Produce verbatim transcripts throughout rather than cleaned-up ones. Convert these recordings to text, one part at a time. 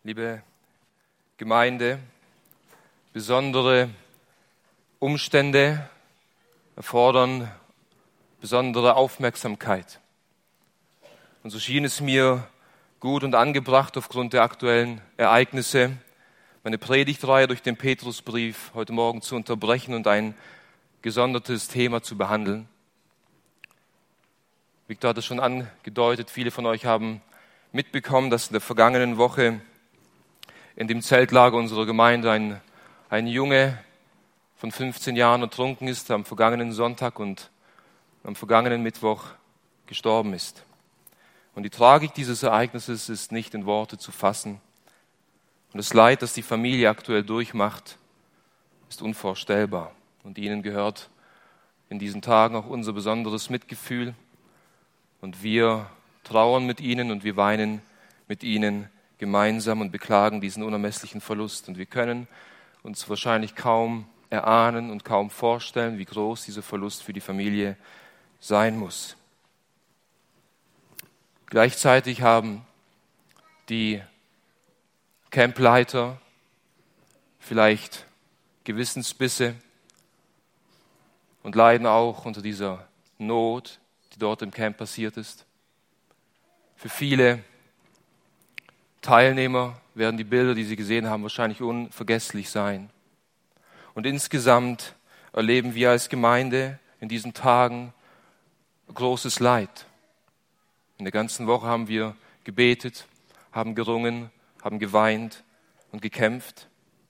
liebe Gemeinde, besondere Umstände erfordern besondere Aufmerksamkeit. Und so schien es mir gut und angebracht, aufgrund der aktuellen Ereignisse meine Predigtreihe durch den Petrusbrief heute Morgen zu unterbrechen und ein gesondertes Thema zu behandeln. Victor hat es schon angedeutet, viele von euch haben mitbekommen, dass in der vergangenen Woche in dem Zeltlager unserer Gemeinde ein, ein Junge von fünfzehn Jahren ertrunken ist, am vergangenen Sonntag und am vergangenen Mittwoch gestorben ist. Und die Tragik dieses Ereignisses ist nicht in Worte zu fassen. Und das Leid, das die Familie aktuell durchmacht, ist unvorstellbar. Und ihnen gehört in diesen Tagen auch unser besonderes Mitgefühl. Und wir trauern mit ihnen und wir weinen mit ihnen gemeinsam und beklagen diesen unermesslichen Verlust. Und wir können uns wahrscheinlich kaum erahnen und kaum vorstellen, wie groß dieser Verlust für die Familie sein muss. Gleichzeitig haben die Campleiter vielleicht Gewissensbisse und leiden auch unter dieser Not, die dort im Camp passiert ist. Für viele Teilnehmer werden die Bilder, die sie gesehen haben, wahrscheinlich unvergesslich sein. Und insgesamt erleben wir als Gemeinde in diesen Tagen großes Leid. In der ganzen Woche haben wir gebetet, haben gerungen, haben geweint und gekämpft.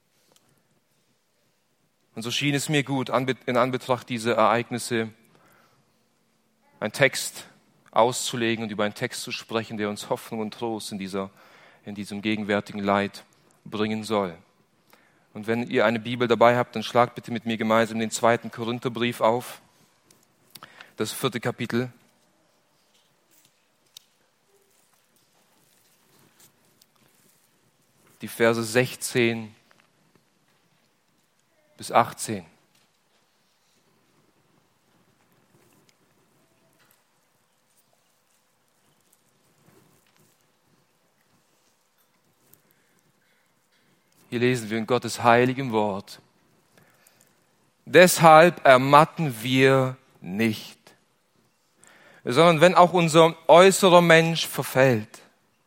Und so schien es mir gut, in Anbetracht dieser Ereignisse einen Text auszulegen und über einen Text zu sprechen, der uns Hoffnung und Trost in, dieser, in diesem gegenwärtigen Leid bringen soll. Und wenn ihr eine Bibel dabei habt, dann schlagt bitte mit mir gemeinsam den zweiten Korintherbrief auf, das vierte Kapitel. Die Verse sechzehn bis achtzehn. Hier lesen wir in Gottes heiligem Wort: Deshalb ermatten wir nicht, sondern wenn auch unser äußerer Mensch verfällt,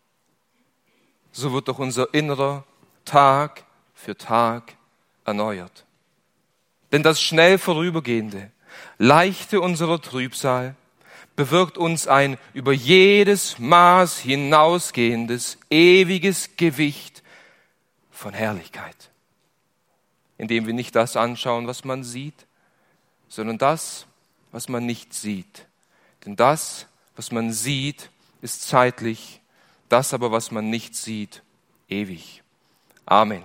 so wird doch unser innerer Tag für Tag erneuert. Denn das schnell Vorübergehende, leichte unserer Trübsal bewirkt uns ein über jedes Maß hinausgehendes, ewiges Gewicht von Herrlichkeit, indem wir nicht das anschauen, was man sieht, sondern das, was man nicht sieht. Denn das, was man sieht, ist zeitlich, das aber, was man nicht sieht, ewig. Amen.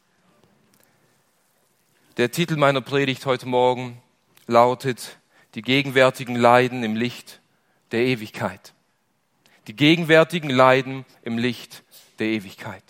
Der Titel meiner Predigt heute Morgen lautet: Die gegenwärtigen Leiden im Licht der Ewigkeit. Die gegenwärtigen Leiden im Licht der Ewigkeit.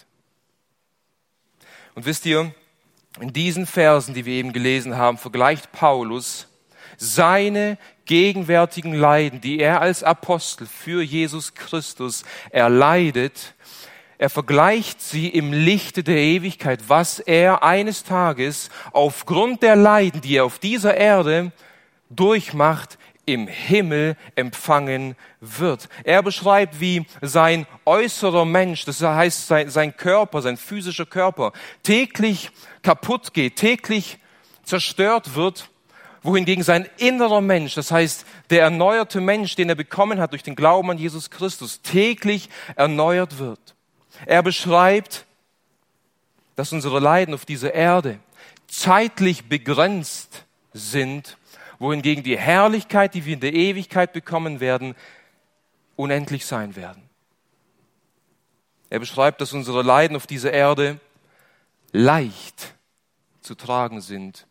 Und wisst ihr, in diesen Versen, die wir eben gelesen haben, vergleicht Paulus seine gegenwärtigen Leiden, die er als Apostel für Jesus Christus erleidet. Er vergleicht sie im Lichte der Ewigkeit, was er eines Tages aufgrund der Leiden, die er auf dieser Erde durchmacht, im Himmel empfangen wird. Er beschreibt, wie sein äußerer Mensch, das heißt sein, sein Körper, sein physischer Körper, täglich kaputt geht, täglich zerstört wird, wohingegen sein innerer Mensch, das heißt der erneuerte Mensch, den er bekommen hat durch den Glauben an Jesus Christus, täglich erneuert wird. Er beschreibt, dass unsere Leiden auf dieser Erde zeitlich begrenzt sind, wohingegen die Herrlichkeit, die wir in der Ewigkeit bekommen werden, unendlich sein werden. Er beschreibt, dass unsere Leiden auf dieser Erde leicht zu tragen sind,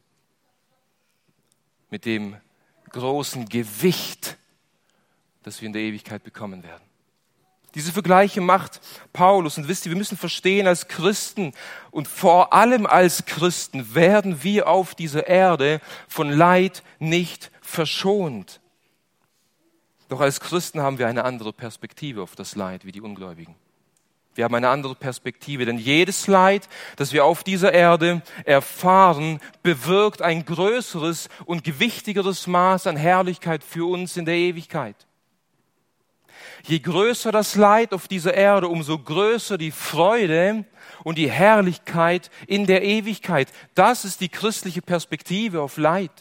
mit dem großen Gewicht, das wir in der Ewigkeit bekommen werden. Diese Vergleiche macht Paulus. Und wisst ihr, wir müssen verstehen, als Christen und vor allem als Christen werden wir auf dieser Erde von Leid nicht verschont. Doch als Christen haben wir eine andere Perspektive auf das Leid wie die Ungläubigen. Wir haben eine andere Perspektive, denn jedes Leid, das wir auf dieser Erde erfahren, bewirkt ein größeres und gewichtigeres Maß an Herrlichkeit für uns in der Ewigkeit. Je größer das Leid auf dieser Erde, umso größer die Freude und die Herrlichkeit in der Ewigkeit. Das ist die christliche Perspektive auf Leid.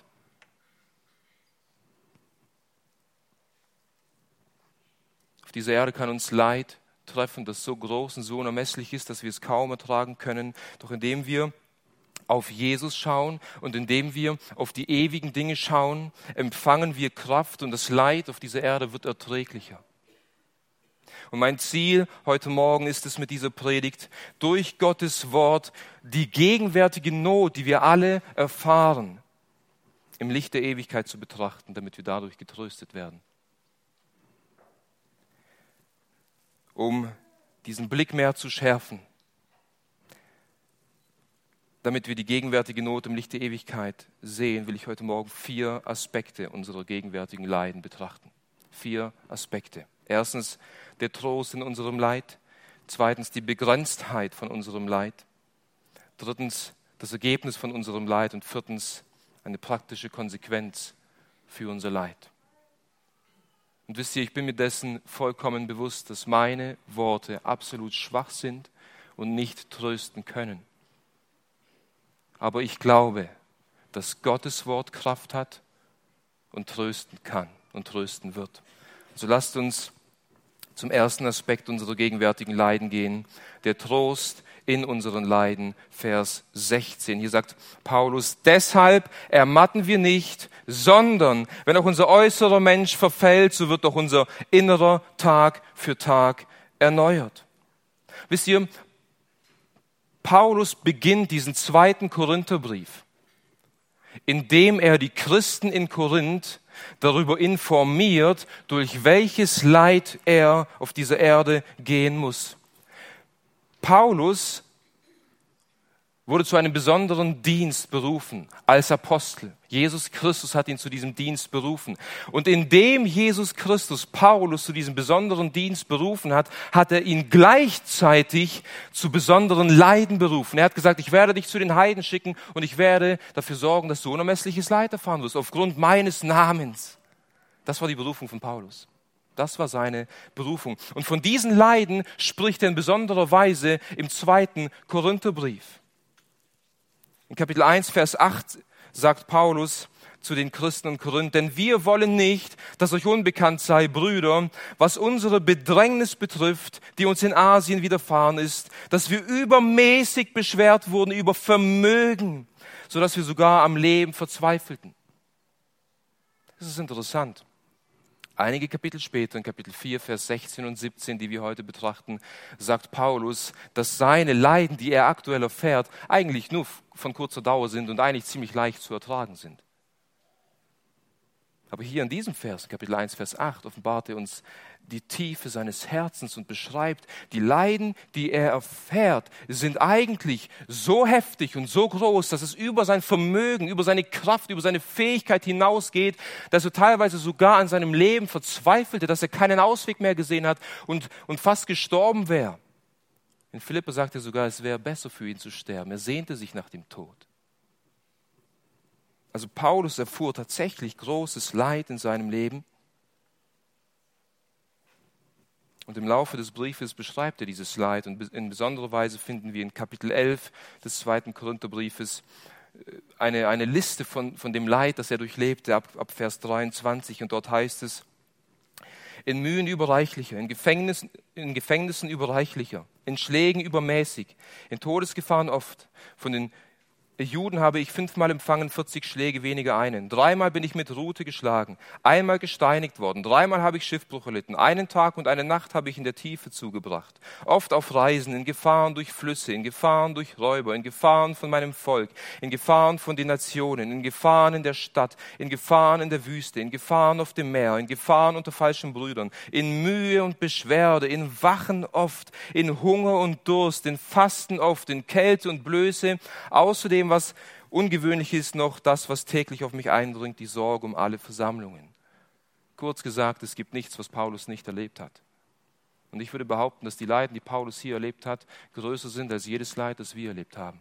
Auf dieser Erde kann uns Leid treffen, das so groß und so unermesslich ist, dass wir es kaum ertragen können. Doch indem wir auf Jesus schauen und indem wir auf die ewigen Dinge schauen, empfangen wir Kraft und das Leid auf dieser Erde wird erträglicher. Und mein Ziel heute Morgen ist es mit dieser Predigt, durch Gottes Wort die gegenwärtige Not, die wir alle erfahren, im Licht der Ewigkeit zu betrachten, damit wir dadurch getröstet werden. Um diesen Blick mehr zu schärfen, damit wir die gegenwärtige Not im Licht der Ewigkeit sehen, will ich heute Morgen vier Aspekte unserer gegenwärtigen Leiden betrachten. Vier Aspekte. Erstens der Trost in unserem Leid. Zweitens die Begrenztheit von unserem Leid. Drittens das Ergebnis von unserem Leid. Und viertens eine praktische Konsequenz für unser Leid. Und wisst ihr, ich bin mir dessen vollkommen bewusst, dass meine Worte absolut schwach sind und nicht trösten können. Aber ich glaube, dass Gottes Wort Kraft hat und trösten kann und trösten wird. So lasst uns zum ersten Aspekt unserer gegenwärtigen Leiden gehen, der Trost in unseren Leiden, Vers sechzehn. Hier sagt Paulus, deshalb ermatten wir nicht, sondern wenn auch unser äußerer Mensch verfällt, so wird doch unser innerer Tag für Tag erneuert. Wisst ihr, Paulus beginnt diesen zweiten Korintherbrief, indem er die Christen in Korinth darüber informiert, durch welches Leid er auf dieser Erde gehen muss. Paulus wurde zu einem besonderen Dienst berufen als Apostel. Jesus Christus hat ihn zu diesem Dienst berufen. Und indem Jesus Christus Paulus zu diesem besonderen Dienst berufen hat, hat er ihn gleichzeitig zu besonderen Leiden berufen. Er hat gesagt, ich werde dich zu den Heiden schicken und ich werde dafür sorgen, dass du unermessliches Leid erfahren wirst, aufgrund meines Namens. Das war die Berufung von Paulus. Das war seine Berufung. Und von diesen Leiden spricht er in besonderer Weise im zweiten Korintherbrief. In Kapitel eins, Vers acht sagt Paulus zu den Christen in Korinth, denn wir wollen nicht, dass euch unbekannt sei, Brüder, was unsere Bedrängnis betrifft, die uns in Asien widerfahren ist, dass wir übermäßig beschwert wurden über Vermögen, sodass wir sogar am Leben verzweifelten. Das ist interessant. Einige Kapitel später, in Kapitel vier, Vers sechzehn und siebzehn, die wir heute betrachten, sagt Paulus, dass seine Leiden, die er aktuell erfährt, eigentlich nur von kurzer Dauer sind und eigentlich ziemlich leicht zu ertragen sind. Aber hier in diesem Vers, Kapitel eins, Vers acht, offenbart er uns die Tiefe seines Herzens und beschreibt, die Leiden, die er erfährt, sind eigentlich so heftig und so groß, dass es über sein Vermögen, über seine Kraft, über seine Fähigkeit hinausgeht, dass er teilweise sogar an seinem Leben verzweifelte, dass er keinen Ausweg mehr gesehen hat und, und fast gestorben wäre. In Philipper sagt er sogar, es wäre besser für ihn zu sterben. Er sehnte sich nach dem Tod. Also Paulus erfuhr tatsächlich großes Leid in seinem Leben. Und im Laufe des Briefes beschreibt er dieses Leid. Und in besonderer Weise finden wir in Kapitel elf des zweiten Korintherbriefes eine, eine Liste von, von dem Leid, das er durchlebte, ab, ab Vers dreiundzwanzig. Und dort heißt es, in Mühen überreichlicher, in Gefängnissen, in Gefängnissen überreichlicher, in Schlägen übermäßig, in Todesgefahren oft, von den Juden habe ich fünfmal empfangen, vierzig Schläge weniger einen. Dreimal bin ich mit Rute geschlagen, einmal gesteinigt worden, dreimal habe ich Schiffbruch erlitten, einen Tag und eine Nacht habe ich in der Tiefe zugebracht. Oft auf Reisen, in Gefahren durch Flüsse, in Gefahren durch Räuber, in Gefahren von meinem Volk, in Gefahren von den Nationen, in Gefahren in der Stadt, in Gefahren in der Wüste, in Gefahren auf dem Meer, in Gefahren unter falschen Brüdern, in Mühe und Beschwerde, in Wachen oft, in Hunger und Durst, in Fasten oft, in Kälte und Blöße, außerdem was ungewöhnlich ist noch das, was täglich auf mich eindringt, die Sorge um alle Versammlungen. Kurz gesagt, es gibt nichts, was Paulus nicht erlebt hat. Und ich würde behaupten, dass die Leiden, die Paulus hier erlebt hat, größer sind als jedes Leid, das wir erlebt haben.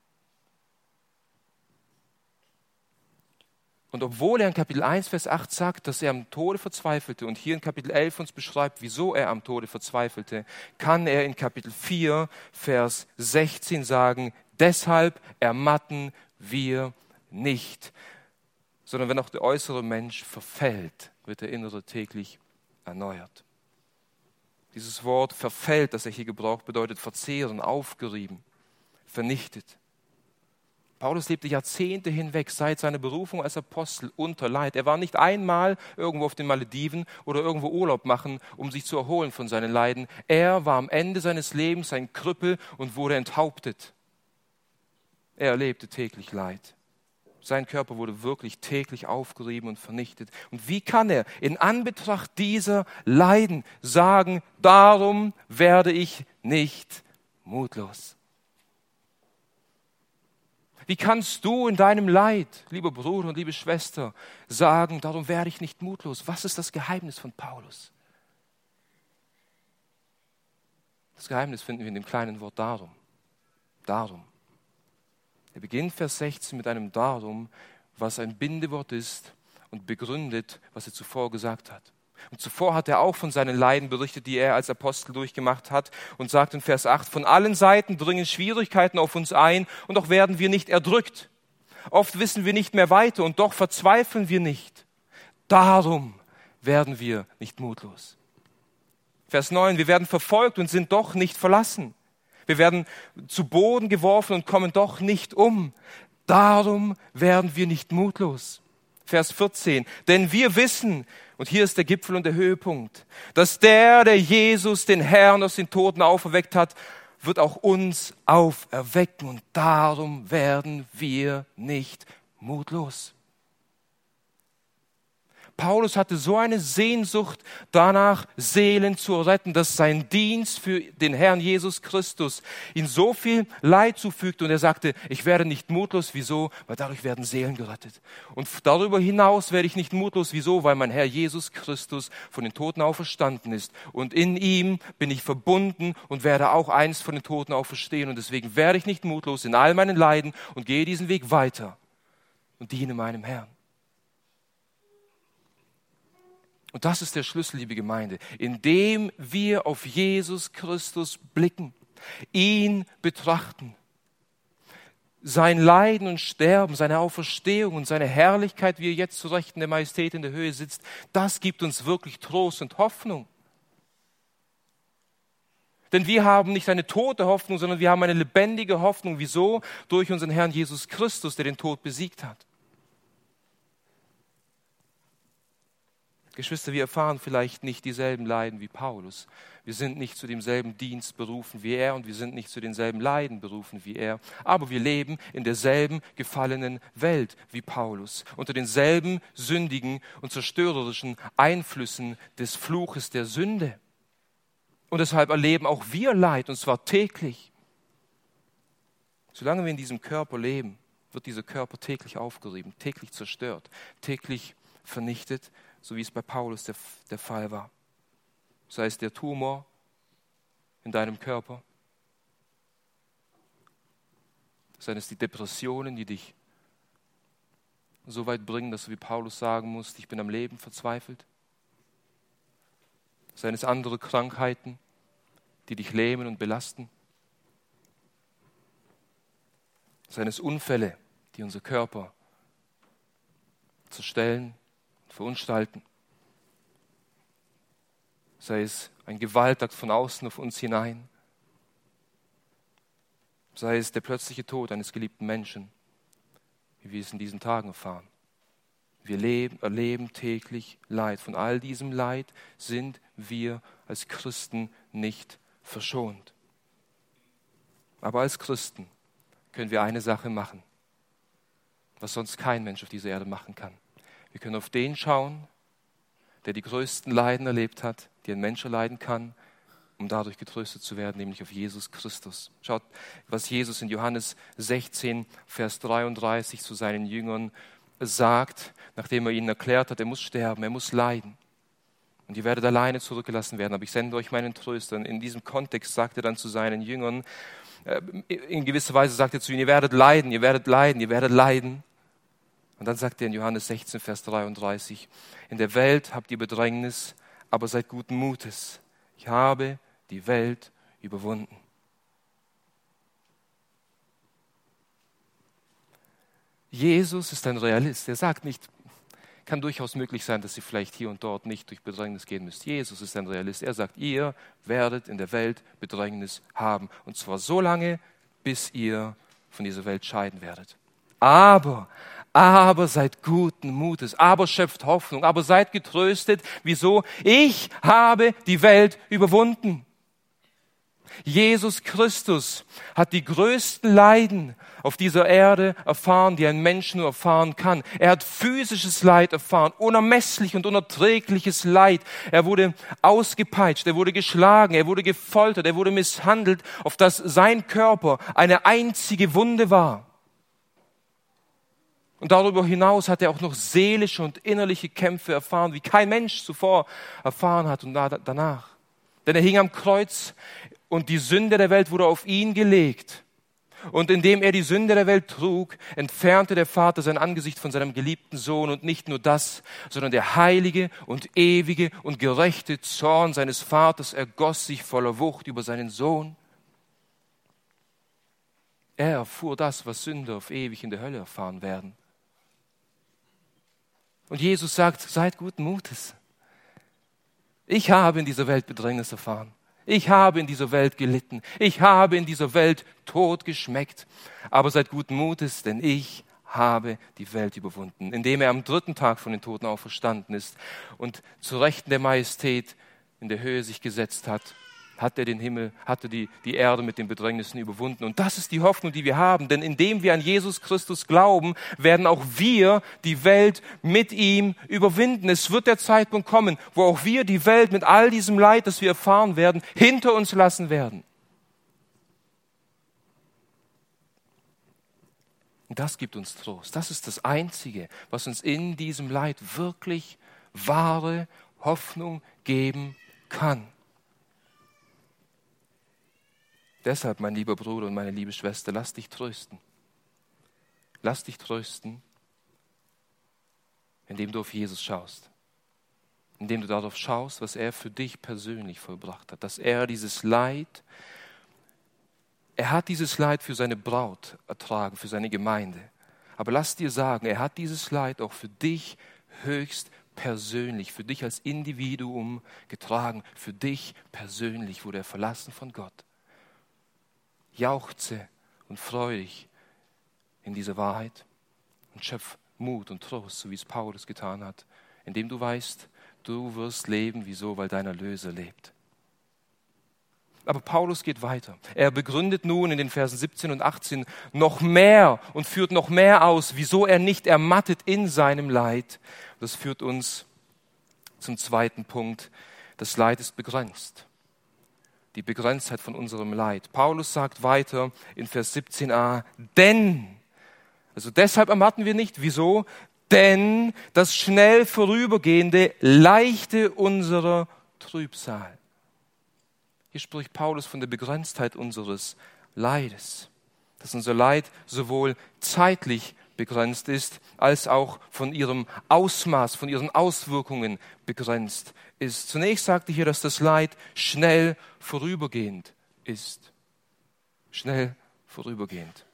Und obwohl er in Kapitel eins, Vers acht sagt, dass er am Tode verzweifelte und hier in Kapitel elf uns beschreibt, wieso er am Tode verzweifelte, kann er in Kapitel vier, Vers sechzehn sagen, deshalb ermatten wir nicht, sondern wenn auch der äußere Mensch verfällt, wird der innere täglich erneuert. Dieses Wort verfällt, das er hier gebraucht, bedeutet verzehren, aufgerieben, vernichtet. Paulus lebte Jahrzehnte hinweg seit seiner Berufung als Apostel unter Leid. Er war nicht einmal irgendwo auf den Malediven oder irgendwo Urlaub machen, um sich zu erholen von seinen Leiden. Er war am Ende seines Lebens ein Krüppel und wurde enthauptet. Er erlebte täglich Leid. Sein Körper wurde wirklich täglich aufgerieben und vernichtet. Und wie kann er in Anbetracht dieser Leiden sagen, darum werde ich nicht mutlos? Wie kannst du in deinem Leid, lieber Bruder und liebe Schwester, sagen, darum werde ich nicht mutlos? Was ist das Geheimnis von Paulus? Das Geheimnis finden wir in dem kleinen Wort darum. Darum. Er beginnt Vers sechzehn mit einem Darum, was ein Bindewort ist und begründet, was er zuvor gesagt hat. Und zuvor hat er auch von seinen Leiden berichtet, die er als Apostel durchgemacht hat und sagt in Vers acht, von allen Seiten dringen Schwierigkeiten auf uns ein und doch werden wir nicht erdrückt. Oft wissen wir nicht mehr weiter und doch verzweifeln wir nicht. Darum werden wir nicht mutlos. Vers neun, wir werden verfolgt und sind doch nicht verlassen. Wir werden zu Boden geworfen und kommen doch nicht um. Darum werden wir nicht mutlos. Vers vierzehn, denn wir wissen, und hier ist der Gipfel und der Höhepunkt, dass der, der Jesus, den Herrn aus den Toten auferweckt hat, wird auch uns auferwecken und darum werden wir nicht mutlos. Paulus hatte so eine Sehnsucht danach, Seelen zu retten, dass sein Dienst für den Herrn Jesus Christus ihm so viel Leid zufügte. Und er sagte, ich werde nicht mutlos. Wieso? Weil dadurch werden Seelen gerettet. Und darüber hinaus werde ich nicht mutlos. Wieso? Weil mein Herr Jesus Christus von den Toten auferstanden ist. Und in ihm bin ich verbunden und werde auch einst von den Toten auferstehen. Und deswegen werde ich nicht mutlos in all meinen Leiden und gehe diesen Weg weiter und diene meinem Herrn. Und das ist der Schlüssel, liebe Gemeinde, indem wir auf Jesus Christus blicken, ihn betrachten, sein Leiden und Sterben, seine Auferstehung und seine Herrlichkeit, wie er jetzt zu Rechten der Majestät in der Höhe sitzt, das gibt uns wirklich Trost und Hoffnung. Denn wir haben nicht eine tote Hoffnung, sondern wir haben eine lebendige Hoffnung. Wieso? Durch unseren Herrn Jesus Christus, der den Tod besiegt hat. Geschwister, wir erfahren vielleicht nicht dieselben Leiden wie Paulus. Wir sind nicht zu demselben Dienst berufen wie er und wir sind nicht zu denselben Leiden berufen wie er. Aber wir leben in derselben gefallenen Welt wie Paulus, unter denselben sündigen und zerstörerischen Einflüssen des Fluches der Sünde. Und deshalb erleben auch wir Leid, und zwar täglich. Solange wir in diesem Körper leben, wird dieser Körper täglich aufgerieben, täglich zerstört, täglich vernichtet, so wie es bei Paulus der, der Fall war. Sei es der Tumor in deinem Körper, seien es die Depressionen, die dich so weit bringen, dass du wie Paulus sagen musst, ich bin am Leben verzweifelt. Seien es andere Krankheiten, die dich lähmen und belasten. Seien es Unfälle, die unser Körper zerstellen, verunstalten. Sei es ein Gewaltakt von außen auf uns hinein. Sei es der plötzliche Tod eines geliebten Menschen, wie wir es in diesen Tagen erfahren. Wir leben, erleben täglich Leid. Von all diesem Leid sind wir als Christen nicht verschont. Aber als Christen können wir eine Sache machen, was sonst kein Mensch auf dieser Erde machen kann. Wir können auf den schauen, der die größten Leiden erlebt hat, die ein Mensch erleiden kann, um dadurch getröstet zu werden, nämlich auf Jesus Christus. Schaut, was Jesus in Johannes sechzehn, Vers dreiunddreißig zu seinen Jüngern sagt, nachdem er ihnen erklärt hat, er muss sterben, er muss leiden. Und ihr werdet alleine zurückgelassen werden, aber ich sende euch meinen Tröster. Und in diesem Kontext sagt er dann zu seinen Jüngern, in gewisser Weise sagt er zu ihnen, ihr werdet leiden, ihr werdet leiden, ihr werdet leiden. Und dann sagt er in Johannes sechzehn, Vers dreiunddreißig, in der Welt habt ihr Bedrängnis, aber seid guten Mutes. Ich habe die Welt überwunden. Jesus ist ein Realist. Er sagt nicht, kann durchaus möglich sein, dass ihr vielleicht hier und dort nicht durch Bedrängnis gehen müsst. Jesus ist ein Realist. Er sagt, ihr werdet in der Welt Bedrängnis haben. Und zwar so lange, bis ihr von dieser Welt scheiden werdet. Aber, aber seid guten Mutes, aber schöpft Hoffnung, aber seid getröstet. Wieso? Ich habe die Welt überwunden. Jesus Christus hat die größten Leiden auf dieser Erde erfahren, die ein Mensch nur erfahren kann. Er hat physisches Leid erfahren, unermesslich und unerträgliches Leid. Er wurde ausgepeitscht, er wurde geschlagen, er wurde gefoltert, er wurde misshandelt, auf dass sein Körper eine einzige Wunde war. Und darüber hinaus hat er auch noch seelische und innerliche Kämpfe erfahren, wie kein Mensch zuvor erfahren hat und danach. Denn er hing am Kreuz und die Sünde der Welt wurde auf ihn gelegt. Und indem er die Sünde der Welt trug, entfernte der Vater sein Angesicht von seinem geliebten Sohn. Und nicht nur das, sondern der heilige und ewige und gerechte Zorn seines Vaters ergoss sich voller Wucht über seinen Sohn. Er erfuhr das, was Sünder auf ewig in der Hölle erfahren werden. Und Jesus sagt, seid guten Mutes. Ich habe in dieser Welt Bedrängnis erfahren. Ich habe in dieser Welt gelitten. Ich habe in dieser Welt Tod geschmeckt. Aber seid guten Mutes, denn ich habe die Welt überwunden. Indem er am dritten Tag von den Toten auferstanden ist und zu Rechten der Majestät in der Höhe sich gesetzt hat, hat er den Himmel, hatte die, die Erde mit den Bedrängnissen überwunden. Und das ist die Hoffnung, die wir haben. Denn indem wir an Jesus Christus glauben, werden auch wir die Welt mit ihm überwinden. Es wird der Zeitpunkt kommen, wo auch wir die Welt mit all diesem Leid, das wir erfahren werden, hinter uns lassen werden. Und das gibt uns Trost. Das ist das Einzige, was uns in diesem Leid wirklich wahre Hoffnung geben kann. Deshalb, mein lieber Bruder und meine liebe Schwester, lass dich trösten. Lass dich trösten, indem du auf Jesus schaust. Indem du darauf schaust, was er für dich persönlich vollbracht hat. Dass er dieses Leid, er hat dieses Leid für seine Braut ertragen, für seine Gemeinde. Aber lass dir sagen, er hat dieses Leid auch für dich höchst persönlich, für dich als Individuum getragen. Für dich persönlich wurde er verlassen von Gott. Jauchze und freu dich in dieser Wahrheit und schöpf Mut und Trost, so wie es Paulus getan hat, indem du weißt, du wirst leben. Wieso? Weil dein Erlöser lebt. Aber Paulus geht weiter. Er begründet nun in den Versen siebzehn und achtzehn noch mehr und führt noch mehr aus, wieso er nicht ermattet in seinem Leid. Das führt uns zum zweiten Punkt. Das Leid ist begrenzt. Die Begrenztheit von unserem Leid. Paulus sagt weiter in Vers siebzehn a, denn, also deshalb ermatten wir nicht. Wieso? Denn das schnell vorübergehende Leichte unserer Trübsal. Hier spricht Paulus von der Begrenztheit unseres Leides. Dass unser Leid sowohl zeitlich begrenzt ist, als auch von ihrem Ausmaß, von ihren Auswirkungen begrenzt ist. Zunächst sagte hier, dass das Leid schnell vorübergehend ist. Schnell vorübergehend.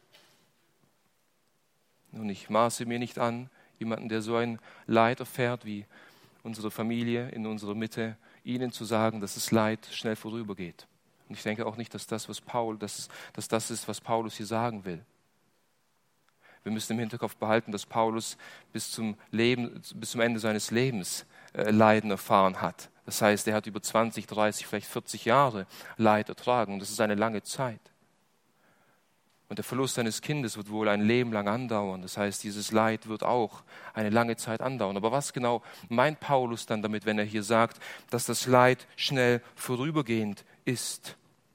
Nun, ich maße mir nicht an, jemanden, der so ein Leid erfährt wie unsere Familie in unserer Mitte, ihnen zu sagen, dass das Leid schnell vorübergeht. Und ich denke auch nicht, dass das, was Paul, dass, dass das ist, was Paulus hier sagen will. Wir müssen im Hinterkopf behalten, dass Paulus bis zum Leben, bis zum Ende seines Lebens äh, Leiden erfahren hat. Das heißt, er hat über zwanzig, dreißig, vielleicht vierzig Jahre Leid ertragen. Und das ist eine lange Zeit. Und der Verlust eines Kindes wird wohl ein Leben lang andauern. Das heißt, dieses Leid wird auch eine lange Zeit andauern. Aber was genau meint Paulus dann damit, wenn er hier sagt, dass das Leid schnell vorübergehend ist?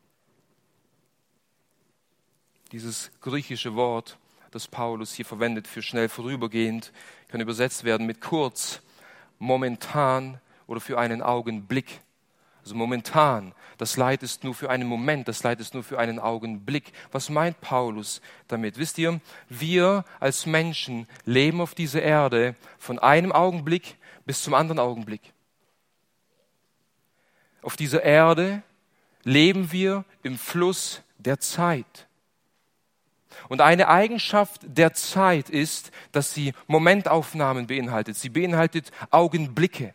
Dieses griechische Wort, das Paulus hier verwendet für schnell vorübergehend, kann übersetzt werden mit kurz, momentan oder für einen Augenblick. Also momentan, das Leid ist nur für einen Moment, das Leid ist nur für einen Augenblick. Was meint Paulus damit? Wisst ihr, wir als Menschen leben auf dieser Erde von einem Augenblick bis zum anderen Augenblick. Auf dieser Erde leben wir im Fluss der Zeit. Und eine Eigenschaft der Zeit ist, dass sie Momentaufnahmen beinhaltet. Sie beinhaltet Augenblicke.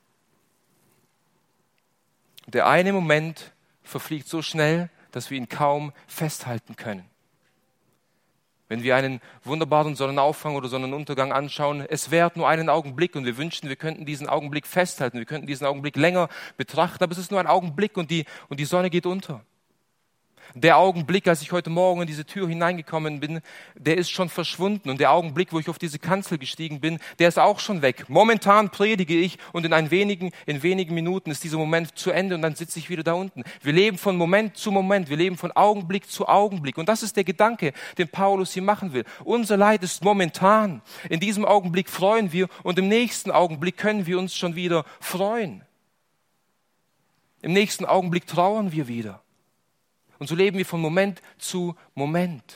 Der eine Moment verfliegt so schnell, dass wir ihn kaum festhalten können. Wenn wir einen wunderbaren Sonnenaufgang oder Sonnenuntergang anschauen, es währt nur einen Augenblick und wir wünschen, wir könnten diesen Augenblick festhalten, wir könnten diesen Augenblick länger betrachten, aber es ist nur ein Augenblick und die, und die Sonne geht unter. Der Augenblick, als ich heute Morgen in diese Tür hineingekommen bin, der ist schon verschwunden. Und der Augenblick, wo ich auf diese Kanzel gestiegen bin, der ist auch schon weg. Momentan predige ich und in, ein wenigen, in wenigen Minuten ist dieser Moment zu Ende und dann sitze ich wieder da unten. Wir leben von Moment zu Moment, wir leben von Augenblick zu Augenblick. Und das ist der Gedanke, den Paulus hier machen will. Unser Leid ist momentan. In diesem Augenblick freuen wir und im nächsten Augenblick können wir uns schon wieder freuen. Im nächsten Augenblick trauern wir wieder. Und so leben wir von Moment zu Moment.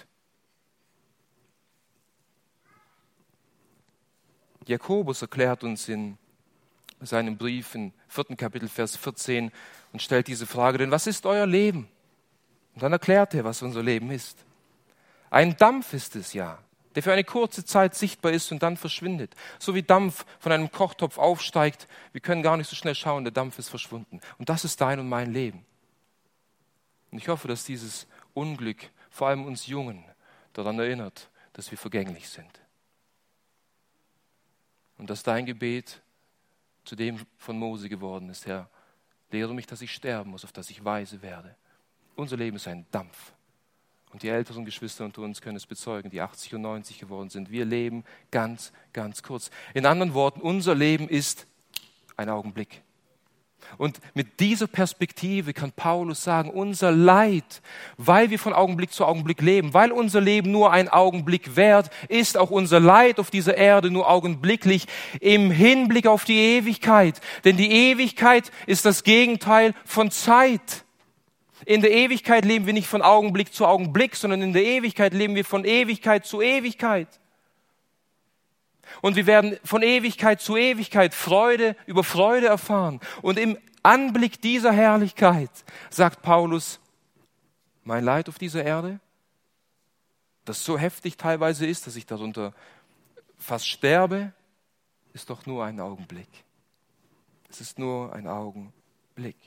Jakobus erklärt uns in seinem Brief im vierten Kapitel, Vers vierzehn und stellt diese Frage, denn was ist euer Leben? Und dann erklärt er, was unser Leben ist. Ein Dampf ist es ja, der für eine kurze Zeit sichtbar ist und dann verschwindet. So wie Dampf von einem Kochtopf aufsteigt, wir können gar nicht so schnell schauen, der Dampf ist verschwunden. Und das ist dein und mein Leben. Und ich hoffe, dass dieses Unglück vor allem uns Jungen daran erinnert, dass wir vergänglich sind. Und dass dein Gebet zu dem von Mose geworden ist, Herr, lehre mich, dass ich sterben muss, auf dass ich weise werde. Unser Leben ist ein Dampf. Und die älteren Geschwister unter uns können es bezeugen, die achtzig und neunzig geworden sind. Wir leben ganz, ganz kurz. In anderen Worten, unser Leben ist ein Augenblick. Und mit dieser Perspektive kann Paulus sagen, unser Leid, weil wir von Augenblick zu Augenblick leben, weil unser Leben nur ein Augenblick währt, ist auch unser Leid auf dieser Erde nur augenblicklich im Hinblick auf die Ewigkeit. Denn die Ewigkeit ist das Gegenteil von Zeit. In der Ewigkeit leben wir nicht von Augenblick zu Augenblick, sondern in der Ewigkeit leben wir von Ewigkeit zu Ewigkeit. Und wir werden von Ewigkeit zu Ewigkeit Freude über Freude erfahren. Und im Anblick dieser Herrlichkeit sagt Paulus, mein Leid auf dieser Erde, das so heftig teilweise ist, dass ich darunter fast sterbe, ist doch nur ein Augenblick. Es ist nur ein Augenblick.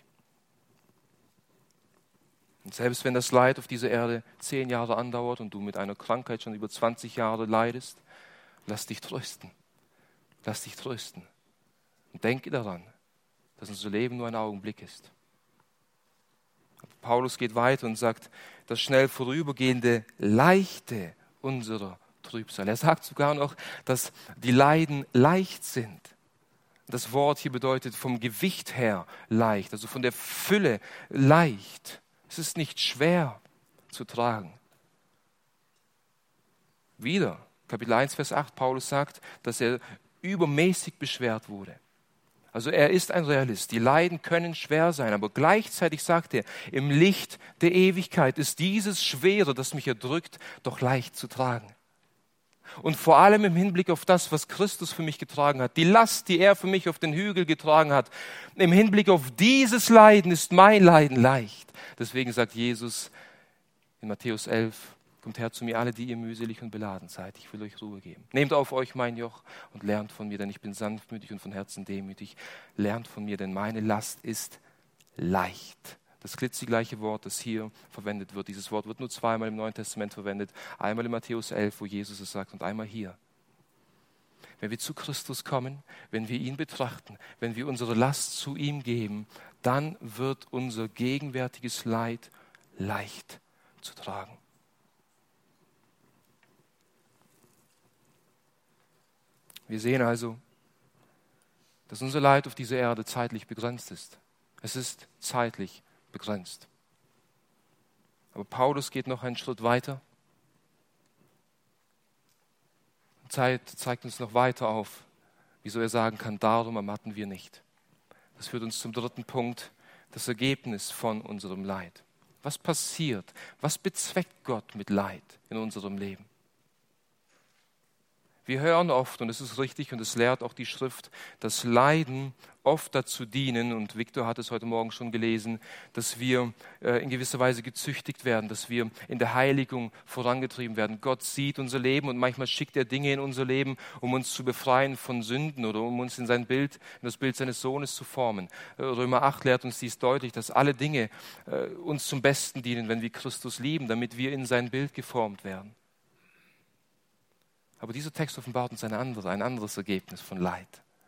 Und selbst wenn das Leid auf dieser Erde zehn Jahre andauert und du mit einer Krankheit schon über zwanzig Jahre leidest, lass dich trösten. Lass dich trösten. Und denke daran, dass unser Leben nur ein Augenblick ist. Paulus geht weiter und sagt, das schnell vorübergehende Leichte unserer Trübsal. Er sagt sogar noch, dass die Leiden leicht sind. Das Wort hier bedeutet vom Gewicht her leicht, also von der Fülle leicht. Es ist nicht schwer zu tragen. Wieder, Kapitel eins, Vers acht, Paulus sagt, dass er übermäßig beschwert wurde. Also er ist ein Realist. Die Leiden können schwer sein, aber gleichzeitig sagt er, im Licht der Ewigkeit ist dieses Schwere, das mich erdrückt, doch leicht zu tragen. Und vor allem im Hinblick auf das, was Christus für mich getragen hat, die Last, die er für mich auf den Hügel getragen hat, im Hinblick auf dieses Leiden ist mein Leiden leicht. Deswegen sagt Jesus in Matthäus elf, kommt her zu mir alle, die ihr mühselig und beladen seid. Ich will euch Ruhe geben. Nehmt auf euch mein Joch und lernt von mir, denn ich bin sanftmütig und von Herzen demütig. Lernt von mir, denn meine Last ist leicht. Das klitzegleiche Wort, das hier verwendet wird. Dieses Wort wird nur zweimal im Neuen Testament verwendet. Einmal in Matthäus elf, wo Jesus es sagt, und einmal hier. Wenn wir zu Christus kommen, wenn wir ihn betrachten, wenn wir unsere Last zu ihm geben, dann wird unser gegenwärtiges Leid leicht zu tragen. Wir sehen also, dass unser Leid auf dieser Erde zeitlich begrenzt ist. Es ist zeitlich begrenzt. Aber Paulus geht noch einen Schritt weiter. Zeit zeigt uns noch weiter auf, wieso er sagen kann, darum ermatten wir nicht. Das führt uns zum dritten Punkt, das Ergebnis von unserem Leid. Was passiert? Was bezweckt Gott mit Leid in unserem Leben? Wir hören oft, und es ist richtig und es lehrt auch die Schrift, dass Leiden oft dazu dienen, und Viktor hat es heute Morgen schon gelesen, dass wir äh, in gewisser Weise gezüchtigt werden, dass wir in der Heiligung vorangetrieben werden. Gott sieht unser Leben und manchmal schickt er Dinge in unser Leben, um uns zu befreien von Sünden oder um uns in sein Bild, in das Bild seines Sohnes zu formen. Äh, Römer acht lehrt uns dies deutlich, dass alle Dinge äh, uns zum Besten dienen, wenn wir Christus lieben, damit wir in sein Bild geformt werden. Aber dieser Text offenbart uns eine andere, ein anderes Ergebnis von Leid.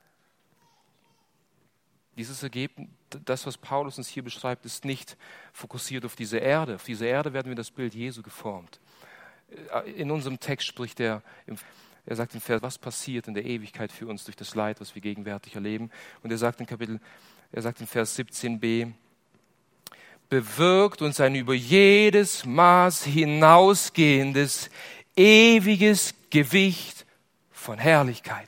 Dieses Ergebnis, das, was Paulus uns hier beschreibt, ist nicht fokussiert auf diese Erde. Auf diese Erde werden wir das Bild Jesu geformt. In unserem Text spricht er, er sagt im Vers, was passiert in der Ewigkeit für uns durch das Leid, was wir gegenwärtig erleben. Und er sagt in Kapitel, er sagt in Vers siebzehn b, bewirkt uns ein über jedes Maß hinausgehendes, ewiges Gewicht von Herrlichkeit.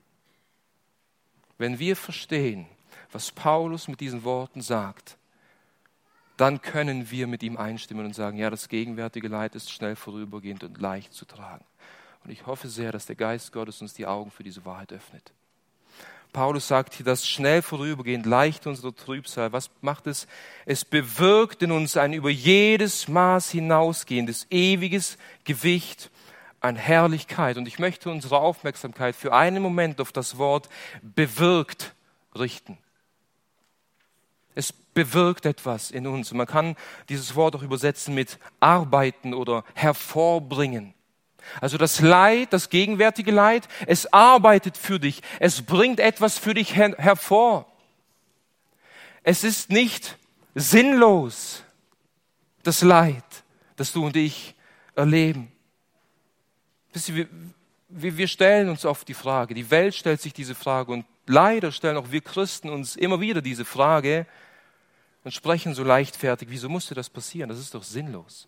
Wenn wir verstehen, was Paulus mit diesen Worten sagt, dann können wir mit ihm einstimmen und sagen, ja, das gegenwärtige Leid ist schnell vorübergehend und leicht zu tragen. Und ich hoffe sehr, dass der Geist Gottes uns die Augen für diese Wahrheit öffnet. Paulus sagt hier, das schnell vorübergehend, leicht unsere Trübsal. Was macht es? Es bewirkt in uns ein über jedes Maß hinausgehendes, ewiges Gewicht an Herrlichkeit. Und ich möchte unsere Aufmerksamkeit für einen Moment auf das Wort bewirkt richten. Es bewirkt etwas in uns. Und man kann dieses Wort auch übersetzen mit arbeiten oder hervorbringen. Also das Leid, das gegenwärtige Leid, es arbeitet für dich. Es bringt etwas für dich her- hervor. Es ist nicht sinnlos, das Leid, das du und ich erleben. Wir, wir stellen uns oft die Frage, die Welt stellt sich diese Frage und leider stellen auch wir Christen uns immer wieder diese Frage und sprechen so leichtfertig, wieso musste das passieren? Das ist doch sinnlos.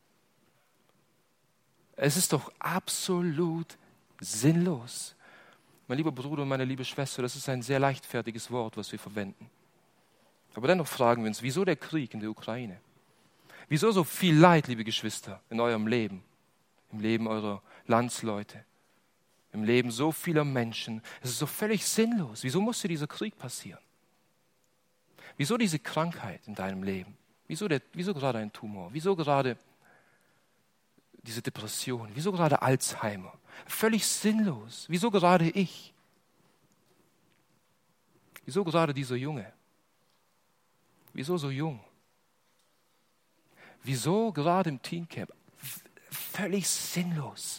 Es ist doch absolut sinnlos. Mein lieber Bruder und meine liebe Schwester, das ist ein sehr leichtfertiges Wort, was wir verwenden. Aber dennoch fragen wir uns, wieso der Krieg in der Ukraine? Wieso so viel Leid, liebe Geschwister, in eurem Leben? Im Leben eurer Landsleute, im Leben so vieler Menschen. Es ist so völlig sinnlos. Wieso musste dieser Krieg passieren? Wieso diese Krankheit in deinem Leben? Wieso, der, wieso gerade ein Tumor? Wieso gerade diese Depression? Wieso gerade Alzheimer? Völlig sinnlos. Wieso gerade ich? Wieso gerade dieser Junge? Wieso so jung? Wieso gerade im Teencamp? Völlig sinnlos.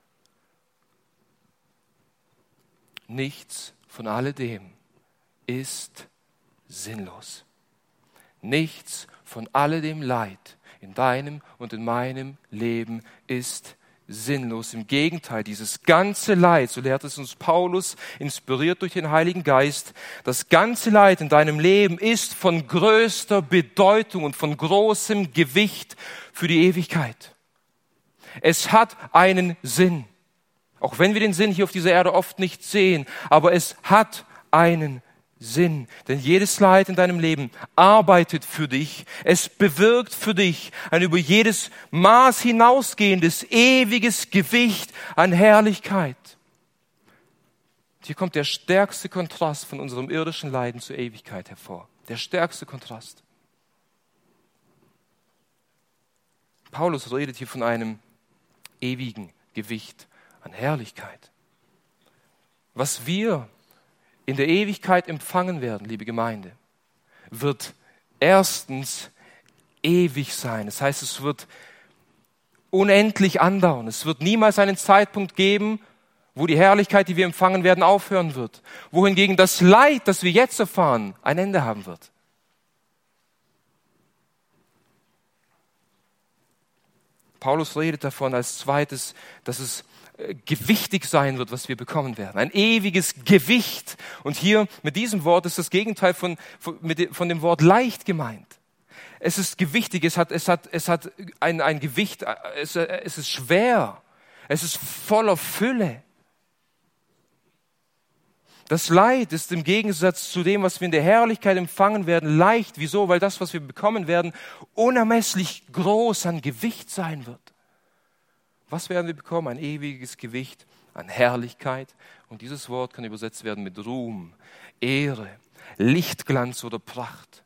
Nichts von alledem ist sinnlos. Nichts von alledem Leid in deinem und in meinem Leben ist sinnlos. Im Gegenteil, dieses ganze Leid, so lehrt es uns Paulus, inspiriert durch den Heiligen Geist, das ganze Leid in deinem Leben ist von größter Bedeutung und von großem Gewicht für die Ewigkeit. Es hat einen Sinn. Auch wenn wir den Sinn hier auf dieser Erde oft nicht sehen, aber es hat einen Sinn. Denn jedes Leid in deinem Leben arbeitet für dich. Es bewirkt für dich ein über jedes Maß hinausgehendes, ewiges Gewicht an Herrlichkeit. Hier kommt der stärkste Kontrast von unserem irdischen Leiden zur Ewigkeit hervor. Der stärkste Kontrast. Paulus redet hier von einem ewigen Gewicht an Herrlichkeit. Was wir in der Ewigkeit empfangen werden, liebe Gemeinde, wird erstens ewig sein. Das heißt, es wird unendlich andauern. Es wird niemals einen Zeitpunkt geben, wo die Herrlichkeit, die wir empfangen werden, aufhören wird. Wohingegen das Leid, das wir jetzt erfahren, ein Ende haben wird. Paulus redet davon als zweites, dass es gewichtig sein wird, was wir bekommen werden. Ein ewiges Gewicht. Und hier mit diesem Wort ist das Gegenteil von, von, mit, von dem Wort leicht gemeint. Es ist gewichtig, es hat, es hat, es hat ein, ein Gewicht, es, es ist schwer, es ist voller Fülle. Das Leid ist im Gegensatz zu dem, was wir in der Herrlichkeit empfangen werden, leicht. Wieso? Weil das, was wir bekommen werden, unermesslich groß an Gewicht sein wird. Was werden wir bekommen? Ein ewiges Gewicht an Herrlichkeit. Und dieses Wort kann übersetzt werden mit Ruhm, Ehre, Lichtglanz oder Pracht.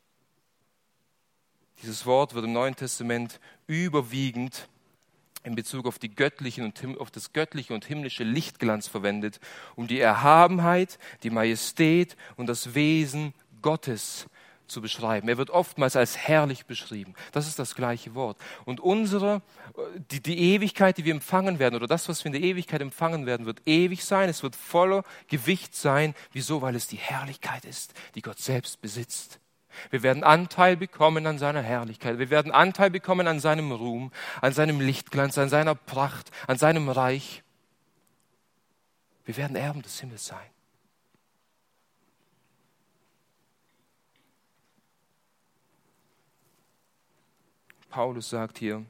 Dieses Wort wird im Neuen Testament überwiegend in Bezug auf, die göttlichen und, auf das göttliche und himmlische Lichtglanz verwendet, um die Erhabenheit, die Majestät und das Wesen Gottes zu beschreiben. Er wird oftmals als herrlich beschrieben. Das ist das gleiche Wort. Und unsere, die, die Ewigkeit, die wir empfangen werden, oder das, was wir in der Ewigkeit empfangen werden, wird ewig sein. Es wird voller Gewicht sein. Wieso? Weil es die Herrlichkeit ist, die Gott selbst besitzt. Wir werden Anteil bekommen an seiner Herrlichkeit. Wir werden Anteil bekommen an seinem Ruhm, an seinem Lichtglanz, an seiner Pracht, an seinem Reich. Wir werden Erben des Himmels sein. Paulus sagt hier,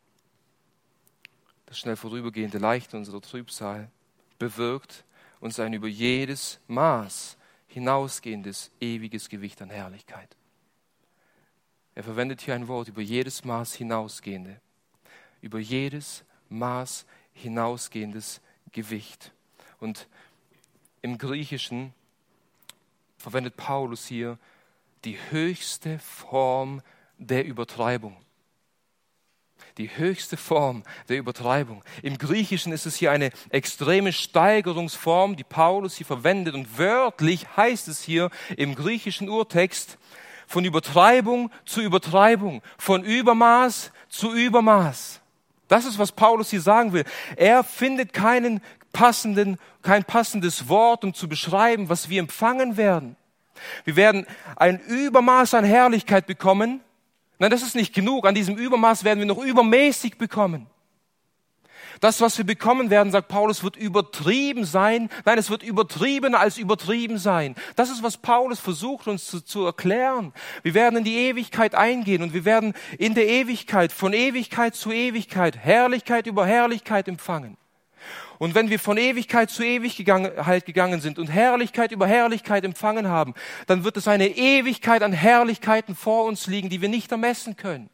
das schnell vorübergehende Leid unserer Trübsal bewirkt uns ein über jedes Maß hinausgehendes, ewiges Gewicht an Herrlichkeit. Er verwendet hier ein Wort, über jedes Maß hinausgehende. Über jedes Maß hinausgehendes Gewicht. Und im Griechischen verwendet Paulus hier die höchste Form der Übertreibung. Die höchste Form der Übertreibung. Im Griechischen ist es hier eine extreme Steigerungsform, die Paulus hier verwendet. Und wörtlich heißt es hier im griechischen Urtext, von Übertreibung zu Übertreibung, von Übermaß zu Übermaß. Das ist, was Paulus hier sagen will. Er findet keinen passenden, kein passendes Wort, um zu beschreiben, was wir empfangen werden. Wir werden ein Übermaß an Herrlichkeit bekommen. Nein, das ist nicht genug. An diesem Übermaß werden wir noch übermäßig bekommen. Das, was wir bekommen werden, sagt Paulus, wird übertrieben sein. Nein, es wird übertriebener als übertrieben sein. Das ist, was Paulus versucht, uns zu, zu erklären. Wir werden in die Ewigkeit eingehen und wir werden in der Ewigkeit, von Ewigkeit zu Ewigkeit, Herrlichkeit über Herrlichkeit empfangen. Und wenn wir von Ewigkeit zu Ewigkeit gegangen sind und Herrlichkeit über Herrlichkeit empfangen haben, dann wird es eine Ewigkeit an Herrlichkeiten vor uns liegen, die wir nicht ermessen können.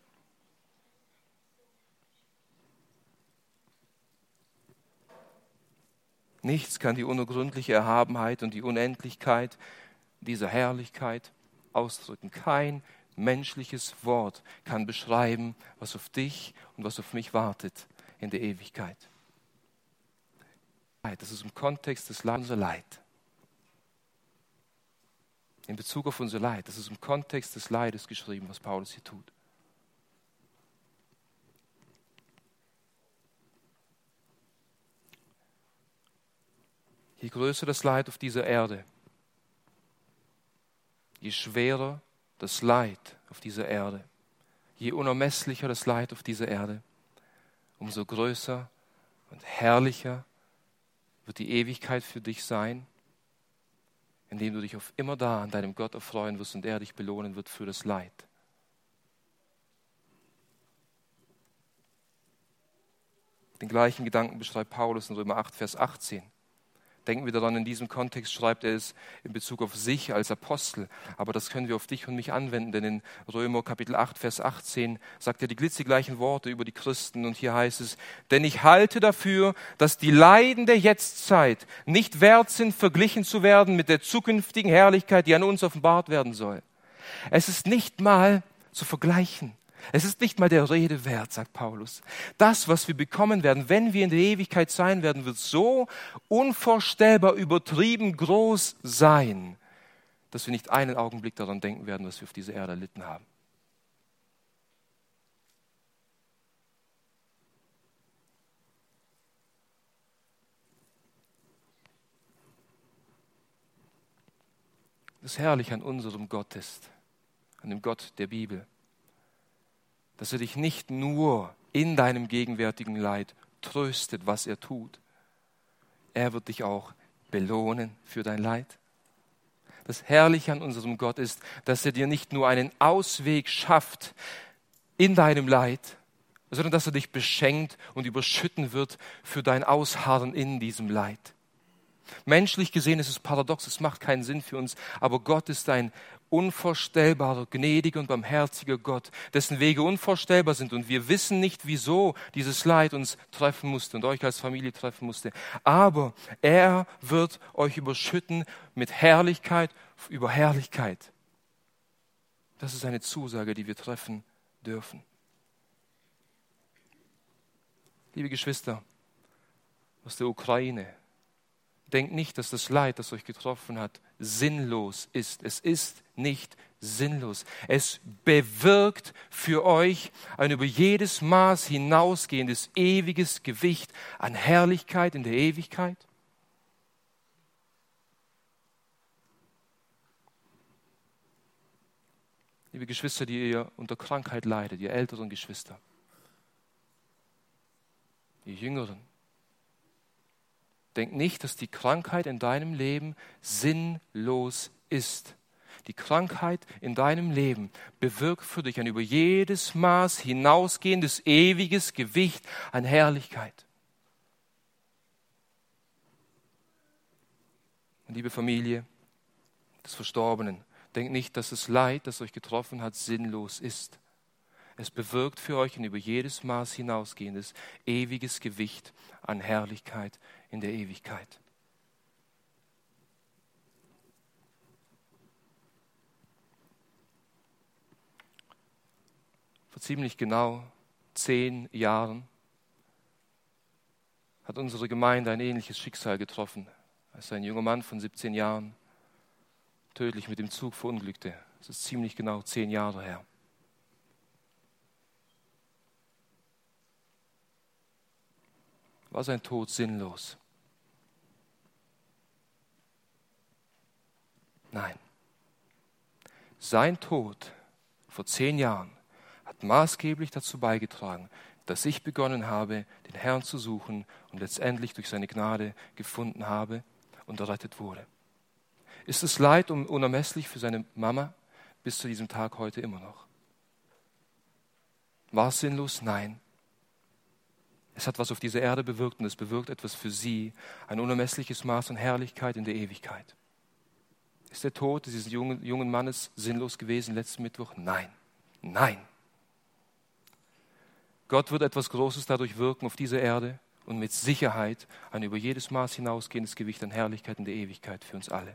Nichts kann die unergründliche Erhabenheit und die Unendlichkeit dieser Herrlichkeit ausdrücken. Kein menschliches Wort kann beschreiben, was auf dich und was auf mich wartet in der Ewigkeit. Das ist im Kontext des Leides unser Leid. In Bezug auf unser Leid, das ist im Kontext des Leides geschrieben, was Paulus hier tut. Je größer das Leid auf dieser Erde, je schwerer das Leid auf dieser Erde, je unermesslicher das Leid auf dieser Erde, umso größer und herrlicher wird die Ewigkeit für dich sein, indem du dich auf immer da an deinem Gott erfreuen wirst und er dich belohnen wird für das Leid. Den gleichen Gedanken beschreibt Paulus in Römer acht, Vers achtzehn. Denken wir daran, in diesem Kontext schreibt er es in Bezug auf sich als Apostel. Aber das können wir auf dich und mich anwenden, denn in Römer Kapitel acht, Vers achtzehn sagt er die glitzegleichen Worte über die Christen. Und hier heißt es, denn ich halte dafür, dass die Leiden der Jetztzeit nicht wert sind, verglichen zu werden mit der zukünftigen Herrlichkeit, die an uns offenbart werden soll. Es ist nicht mal zu vergleichen. Es ist nicht mal der Rede wert, sagt Paulus. Das, was wir bekommen werden, wenn wir in der Ewigkeit sein werden, wird so unvorstellbar übertrieben groß sein, dass wir nicht einen Augenblick daran denken werden, was wir auf dieser Erde erlitten haben. Das Herrliche an unserem Gott ist, an dem Gott der Bibel, dass er dich nicht nur in deinem gegenwärtigen Leid tröstet, was er tut. Er wird dich auch belohnen für dein Leid. Das Herrliche an unserem Gott ist, dass er dir nicht nur einen Ausweg schafft in deinem Leid, sondern dass er dich beschenkt und überschütten wird für dein Ausharren in diesem Leid. Menschlich gesehen ist es paradox, es macht keinen Sinn für uns, aber Gott ist ein unvorstellbarer, gnädiger und barmherziger Gott, dessen Wege unvorstellbar sind und wir wissen nicht, wieso dieses Leid uns treffen musste und euch als Familie treffen musste. Aber er wird euch überschütten mit Herrlichkeit über Herrlichkeit. Das ist eine Zusage, die wir treffen dürfen. Liebe Geschwister aus der Ukraine, denkt nicht, dass das Leid, das euch getroffen hat, sinnlos ist. Es ist nicht sinnlos. Es bewirkt für euch ein über jedes Maß hinausgehendes, ewiges Gewicht an Herrlichkeit in der Ewigkeit. Liebe Geschwister, die ihr unter Krankheit leidet, ihr älteren Geschwister, ihr Jüngeren, denk nicht, dass die Krankheit in deinem Leben sinnlos ist. Die Krankheit in deinem Leben bewirkt für dich ein über jedes Maß hinausgehendes, ewiges Gewicht an Herrlichkeit. Und liebe Familie des Verstorbenen, denkt nicht, dass das Leid, das euch getroffen hat, sinnlos ist. Es bewirkt für euch ein über jedes Maß hinausgehendes, ewiges Gewicht an Herrlichkeit in der Ewigkeit. Vor ziemlich genau zehn Jahren hat unsere Gemeinde ein ähnliches Schicksal getroffen, als ein junger Mann von siebzehn Jahren tödlich mit dem Zug verunglückte. Das ist ziemlich genau zehn Jahre her. War sein Tod sinnlos? Nein. Sein Tod vor zehn Jahren hat maßgeblich dazu beigetragen, dass ich begonnen habe, den Herrn zu suchen und letztendlich durch seine Gnade gefunden habe und errettet wurde. Ist das Leid unermesslich für seine Mama bis zu diesem Tag heute immer noch? War es sinnlos? Nein. Es hat was auf dieser Erde bewirkt und es bewirkt etwas für sie, ein unermessliches Maß an Herrlichkeit in der Ewigkeit. Ist der Tod dieses jungen, jungen Mannes sinnlos gewesen letzten Mittwoch? Nein. Nein. Gott wird etwas Großes dadurch wirken auf dieser Erde und mit Sicherheit ein über jedes Maß hinausgehendes Gewicht an Herrlichkeit in der Ewigkeit für uns alle.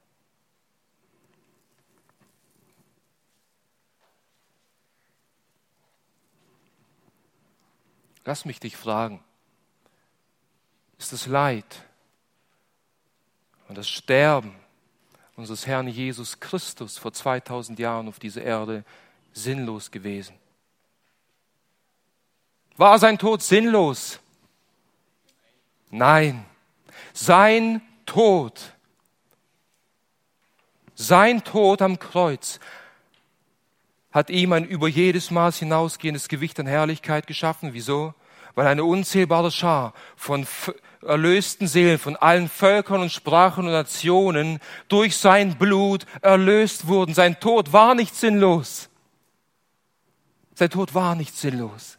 Lass mich dich fragen, ist das Leid und das Sterben unseres Herrn Jesus Christus vor zweitausend Jahren auf dieser Erde sinnlos gewesen? War sein Tod sinnlos? Nein. Sein Tod, sein Tod am Kreuz hat ihm ein über jedes Maß hinausgehendes Gewicht an Herrlichkeit geschaffen. Wieso? Weil eine unzählbare Schar von erlösten Seelen von allen Völkern und Sprachen und Nationen durch sein Blut erlöst wurden. Sein Tod war nicht sinnlos. Sein Tod war nicht sinnlos.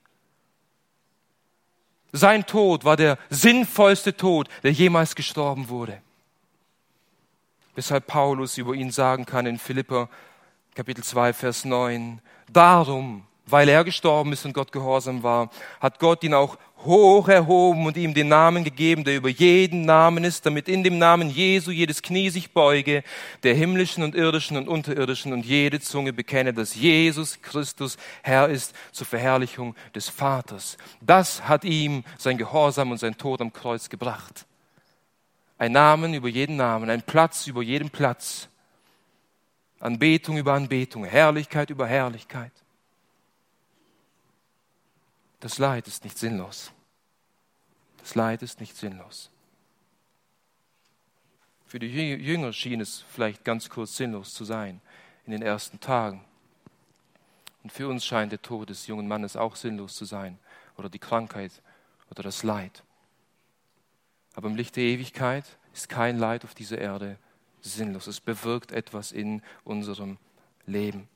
Sein Tod war der sinnvollste Tod, der jemals gestorben wurde. Weshalb Paulus über ihn sagen kann in Philipper Kapitel zwei, Vers neun, darum, weil er gestorben ist und Gott gehorsam war, hat Gott ihn auch hoch erhoben und ihm den Namen gegeben, der über jeden Namen ist, damit in dem Namen Jesu jedes Knie sich beuge, der himmlischen und irdischen und unterirdischen, und jede Zunge bekenne, dass Jesus Christus Herr ist, zur Verherrlichung des Vaters. Das hat ihm sein Gehorsam und sein Tod am Kreuz gebracht. Ein Namen über jeden Namen, ein Platz über jeden Platz. Anbetung über Anbetung, Herrlichkeit über Herrlichkeit. Das Leid ist nicht sinnlos. Das Leid ist nicht sinnlos. Für die Jünger schien es vielleicht ganz kurz sinnlos zu sein in den ersten Tagen. Und für uns scheint der Tod des jungen Mannes auch sinnlos zu sein oder die Krankheit oder das Leid. Aber im Licht der Ewigkeit ist kein Leid auf dieser Erde sinnlos. Es bewirkt etwas in unserem Leben.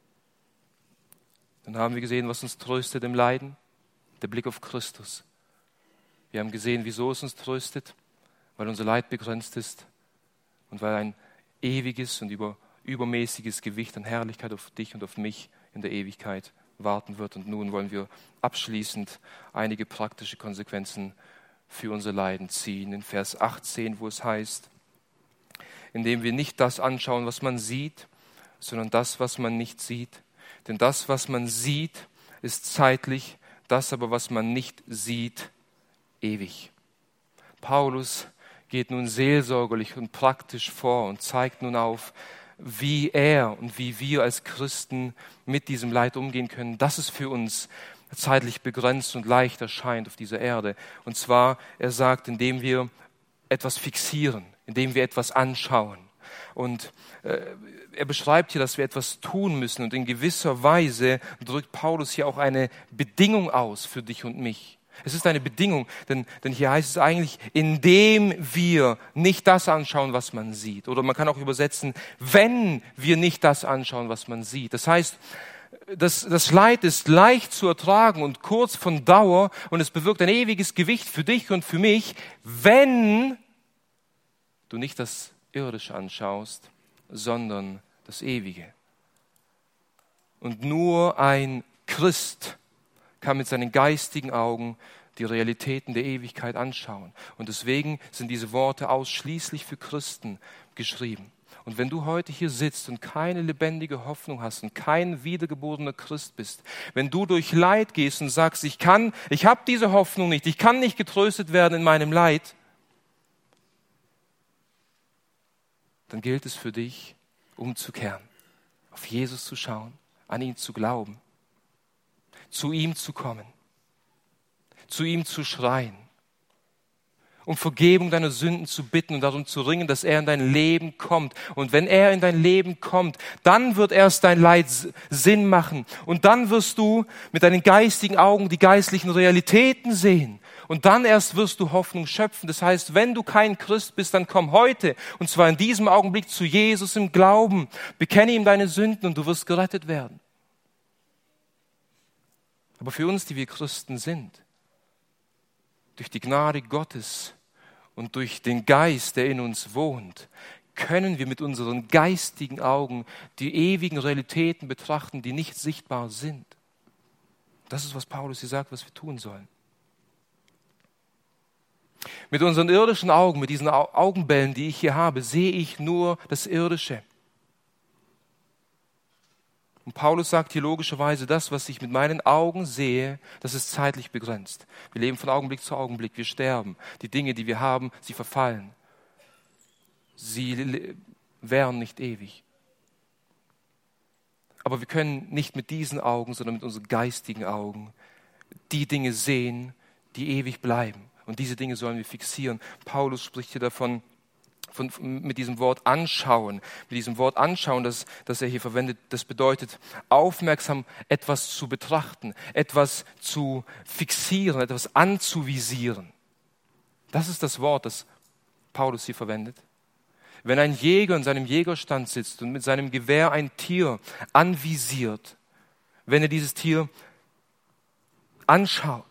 Dann haben wir gesehen, was uns tröstet im Leiden. Der Blick auf Christus. Wir haben gesehen, wieso es uns tröstet, weil unser Leid begrenzt ist und weil ein ewiges und über, übermäßiges Gewicht an Herrlichkeit auf dich und auf mich in der Ewigkeit warten wird. Und nun wollen wir abschließend einige praktische Konsequenzen für unser Leiden ziehen. In Vers achtzehn, wo es heißt, indem wir nicht das anschauen, was man sieht, sondern das, was man nicht sieht. Denn das, was man sieht, ist zeitlich, das aber, was man nicht sieht, ewig. Paulus geht nun seelsorgerlich und praktisch vor und zeigt nun auf, wie er und wie wir als Christen mit diesem Leid umgehen können, dass es für uns zeitlich begrenzt und leicht erscheint auf dieser Erde. Und zwar, er sagt, indem wir etwas fixieren, indem wir etwas anschauen. Und äh, er beschreibt hier, dass wir etwas tun müssen. Und in gewisser Weise drückt Paulus hier auch eine Bedingung aus für dich und mich. Es ist eine Bedingung, denn, denn hier heißt es eigentlich, indem wir nicht das anschauen, was man sieht. Oder man kann auch übersetzen, wenn wir nicht das anschauen, was man sieht. Das heißt, das, das Leid ist leicht zu ertragen und kurz von Dauer und es bewirkt ein ewiges Gewicht für dich und für mich, wenn du nicht das Irdische anschaust, sondern das Ewige. Und nur ein Christ kann mit seinen geistigen Augen die Realitäten der Ewigkeit anschauen. Und deswegen sind diese Worte ausschließlich für Christen geschrieben. Und wenn du heute hier sitzt und keine lebendige Hoffnung hast und kein wiedergeborener Christ bist, wenn du durch Leid gehst und sagst, ich kann, ich habe diese Hoffnung nicht, ich kann nicht getröstet werden in meinem Leid, dann gilt es für dich, umzukehren, auf Jesus zu schauen, an ihn zu glauben, zu ihm zu kommen, zu ihm zu schreien, um Vergebung deiner Sünden zu bitten und darum zu ringen, dass er in dein Leben kommt. Und wenn er in dein Leben kommt, dann wird erst dein Leid Sinn machen. Und dann wirst du mit deinen geistigen Augen die geistlichen Realitäten sehen. Und dann erst wirst du Hoffnung schöpfen. Das heißt, wenn du kein Christ bist, dann komm heute, und zwar in diesem Augenblick, zu Jesus im Glauben. Bekenne ihm deine Sünden und du wirst gerettet werden. Aber für uns, die wir Christen sind, durch die Gnade Gottes und durch den Geist, der in uns wohnt, können wir mit unseren geistigen Augen die ewigen Realitäten betrachten, die nicht sichtbar sind. Das ist, was Paulus hier sagt, was wir tun sollen. Mit unseren irdischen Augen, mit diesen Augenbällen, die ich hier habe, sehe ich nur das Irdische. Und Paulus sagt hier logischerweise, das, was ich mit meinen Augen sehe, das ist zeitlich begrenzt. Wir leben von Augenblick zu Augenblick, wir sterben. Die Dinge, die wir haben, sie verfallen. Sie wären nicht ewig. Aber wir können nicht mit diesen Augen, sondern mit unseren geistigen Augen die Dinge sehen, die ewig bleiben. Und diese Dinge sollen wir fixieren. Paulus spricht hier davon, Von, mit diesem Wort anschauen, mit diesem Wort anschauen, das, das er hier verwendet, das bedeutet aufmerksam etwas zu betrachten, etwas zu fixieren, etwas anzuvisieren. Das ist das Wort, das Paulus hier verwendet. Wenn ein Jäger in seinem Jägerstand sitzt und mit seinem Gewehr ein Tier anvisiert, wenn er dieses Tier anschaut,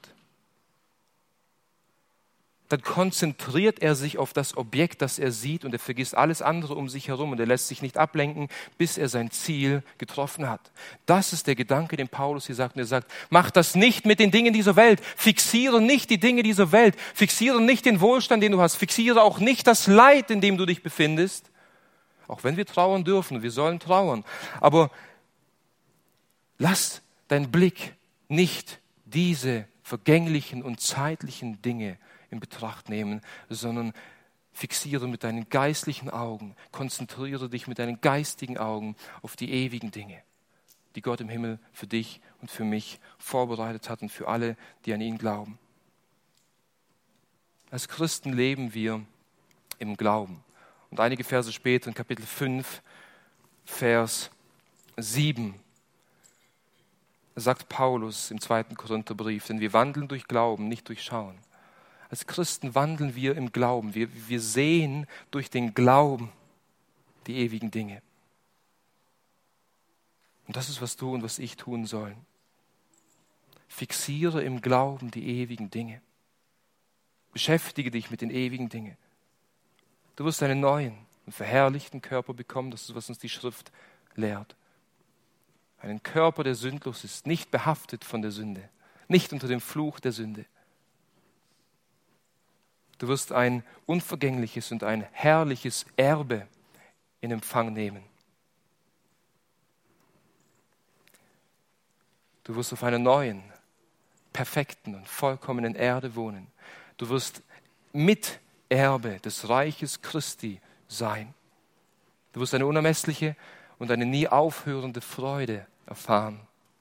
dann konzentriert er sich auf das Objekt, das er sieht, und er vergisst alles andere um sich herum und er lässt sich nicht ablenken, bis er sein Ziel getroffen hat. Das ist der Gedanke, den Paulus hier sagt. Und er sagt, mach das nicht mit den Dingen dieser Welt. Fixiere nicht die Dinge dieser Welt. Fixiere nicht den Wohlstand, den du hast. Fixiere auch nicht das Leid, in dem du dich befindest. Auch wenn wir trauern dürfen, wir sollen trauern. Aber lass dein Blick nicht diese vergänglichen und zeitlichen Dinge in Betracht nehmen, sondern fixiere mit deinen geistlichen Augen, konzentriere dich mit deinen geistigen Augen auf die ewigen Dinge, die Gott im Himmel für dich und für mich vorbereitet hat und für alle, die an ihn glauben. Als Christen leben wir im Glauben. Und einige Verse später in Kapitel fünf, Vers sieben, sagt Paulus im zweiten Korintherbrief, denn wir wandeln durch Glauben, nicht durch Schauen. Als Christen wandeln wir im Glauben. Wir, wir sehen durch den Glauben die ewigen Dinge. Und das ist, was du und was ich tun sollen. Fixiere im Glauben die ewigen Dinge. Beschäftige dich mit den ewigen Dingen. Du wirst einen neuen und verherrlichten Körper bekommen. Das ist, was uns die Schrift lehrt. Einen Körper, der sündlos ist, nicht behaftet von der Sünde, nicht unter dem Fluch der Sünde. Du wirst ein unvergängliches und ein herrliches Erbe in Empfang nehmen. Du wirst auf einer neuen, perfekten und vollkommenen Erde wohnen. Du wirst Miterbe des Reiches Christi sein. Du wirst eine unermessliche und eine nie aufhörende Freude erfahren.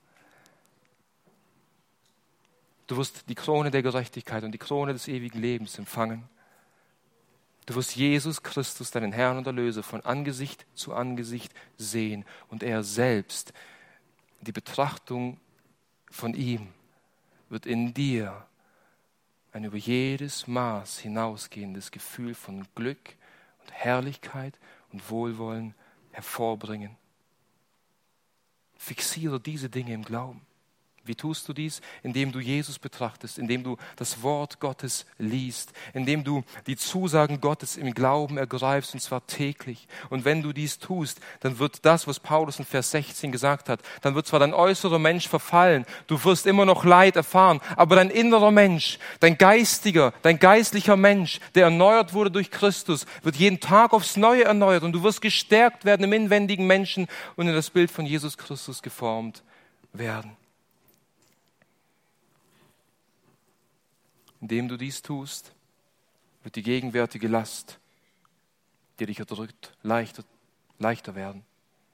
Du wirst die Krone der Gerechtigkeit und die Krone des ewigen Lebens empfangen. Du wirst Jesus Christus, deinen Herrn und Erlöser, von Angesicht zu Angesicht sehen und er selbst, die Betrachtung von ihm, wird in dir ein über jedes Maß hinausgehendes Gefühl von Glück und Herrlichkeit und Wohlwollen hervorbringen. Fixiere diese Dinge im Glauben. Wie tust du dies? Indem du Jesus betrachtest, indem du das Wort Gottes liest, indem du die Zusagen Gottes im Glauben ergreifst, und zwar täglich. Und wenn du dies tust, dann wird das, was Paulus in Vers sechzehn gesagt hat, dann wird zwar dein äußerer Mensch verfallen, du wirst immer noch Leid erfahren, aber dein innerer Mensch, dein geistiger, dein geistlicher Mensch, der erneuert wurde durch Christus, wird jeden Tag aufs Neue erneuert und du wirst gestärkt werden im inwendigen Menschen und in das Bild von Jesus Christus geformt werden. Indem du dies tust, wird die gegenwärtige Last, die dich erdrückt, leichter, leichter werden.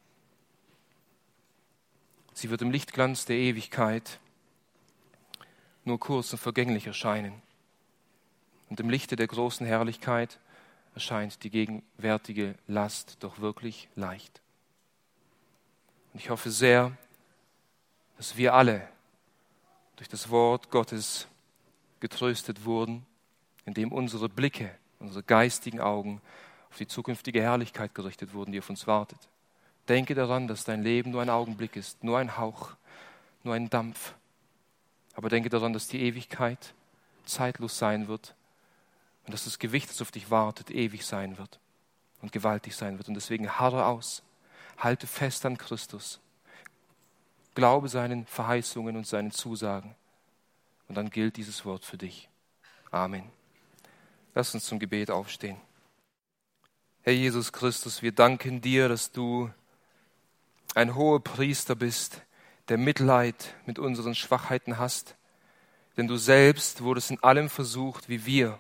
Sie wird im Lichtglanz der Ewigkeit nur kurz und vergänglich erscheinen. Und im Lichte der großen Herrlichkeit erscheint die gegenwärtige Last doch wirklich leicht. Und ich hoffe sehr, dass wir alle durch das Wort Gottes getröstet wurden, indem unsere Blicke, unsere geistigen Augen auf die zukünftige Herrlichkeit gerichtet wurden, die auf uns wartet. Denke daran, dass dein Leben nur ein Augenblick ist, nur ein Hauch, nur ein Dampf. Aber denke daran, dass die Ewigkeit zeitlos sein wird und dass das Gewicht, das auf dich wartet, ewig sein wird und gewaltig sein wird. Und deswegen harre aus, halte fest an Christus, glaube seinen Verheißungen und seinen Zusagen. Und dann gilt dieses Wort für dich. Amen. Lass uns zum Gebet aufstehen. Herr Jesus Christus, wir danken dir, dass du ein hoher Priester bist, der Mitleid mit unseren Schwachheiten hast. Denn du selbst wurdest in allem versucht wie wir.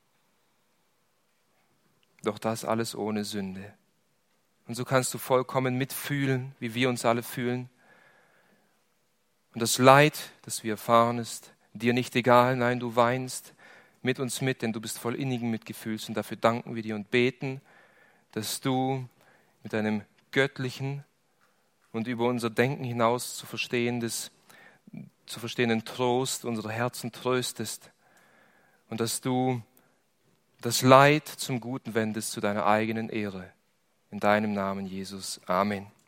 Doch das alles ohne Sünde. Und so kannst du vollkommen mitfühlen, wie wir uns alle fühlen. Und das Leid, das wir erfahren, ist dir nicht egal, nein, du weinst mit uns mit, denn du bist voll innigen Mitgefühls und dafür danken wir dir und beten, dass du mit deinem göttlichen und über unser Denken hinaus zu verstehendes, zu verstehenden Trost unsere Herzen tröstest und dass du das Leid zum Guten wendest zu deiner eigenen Ehre. In deinem Namen, Jesus. Amen.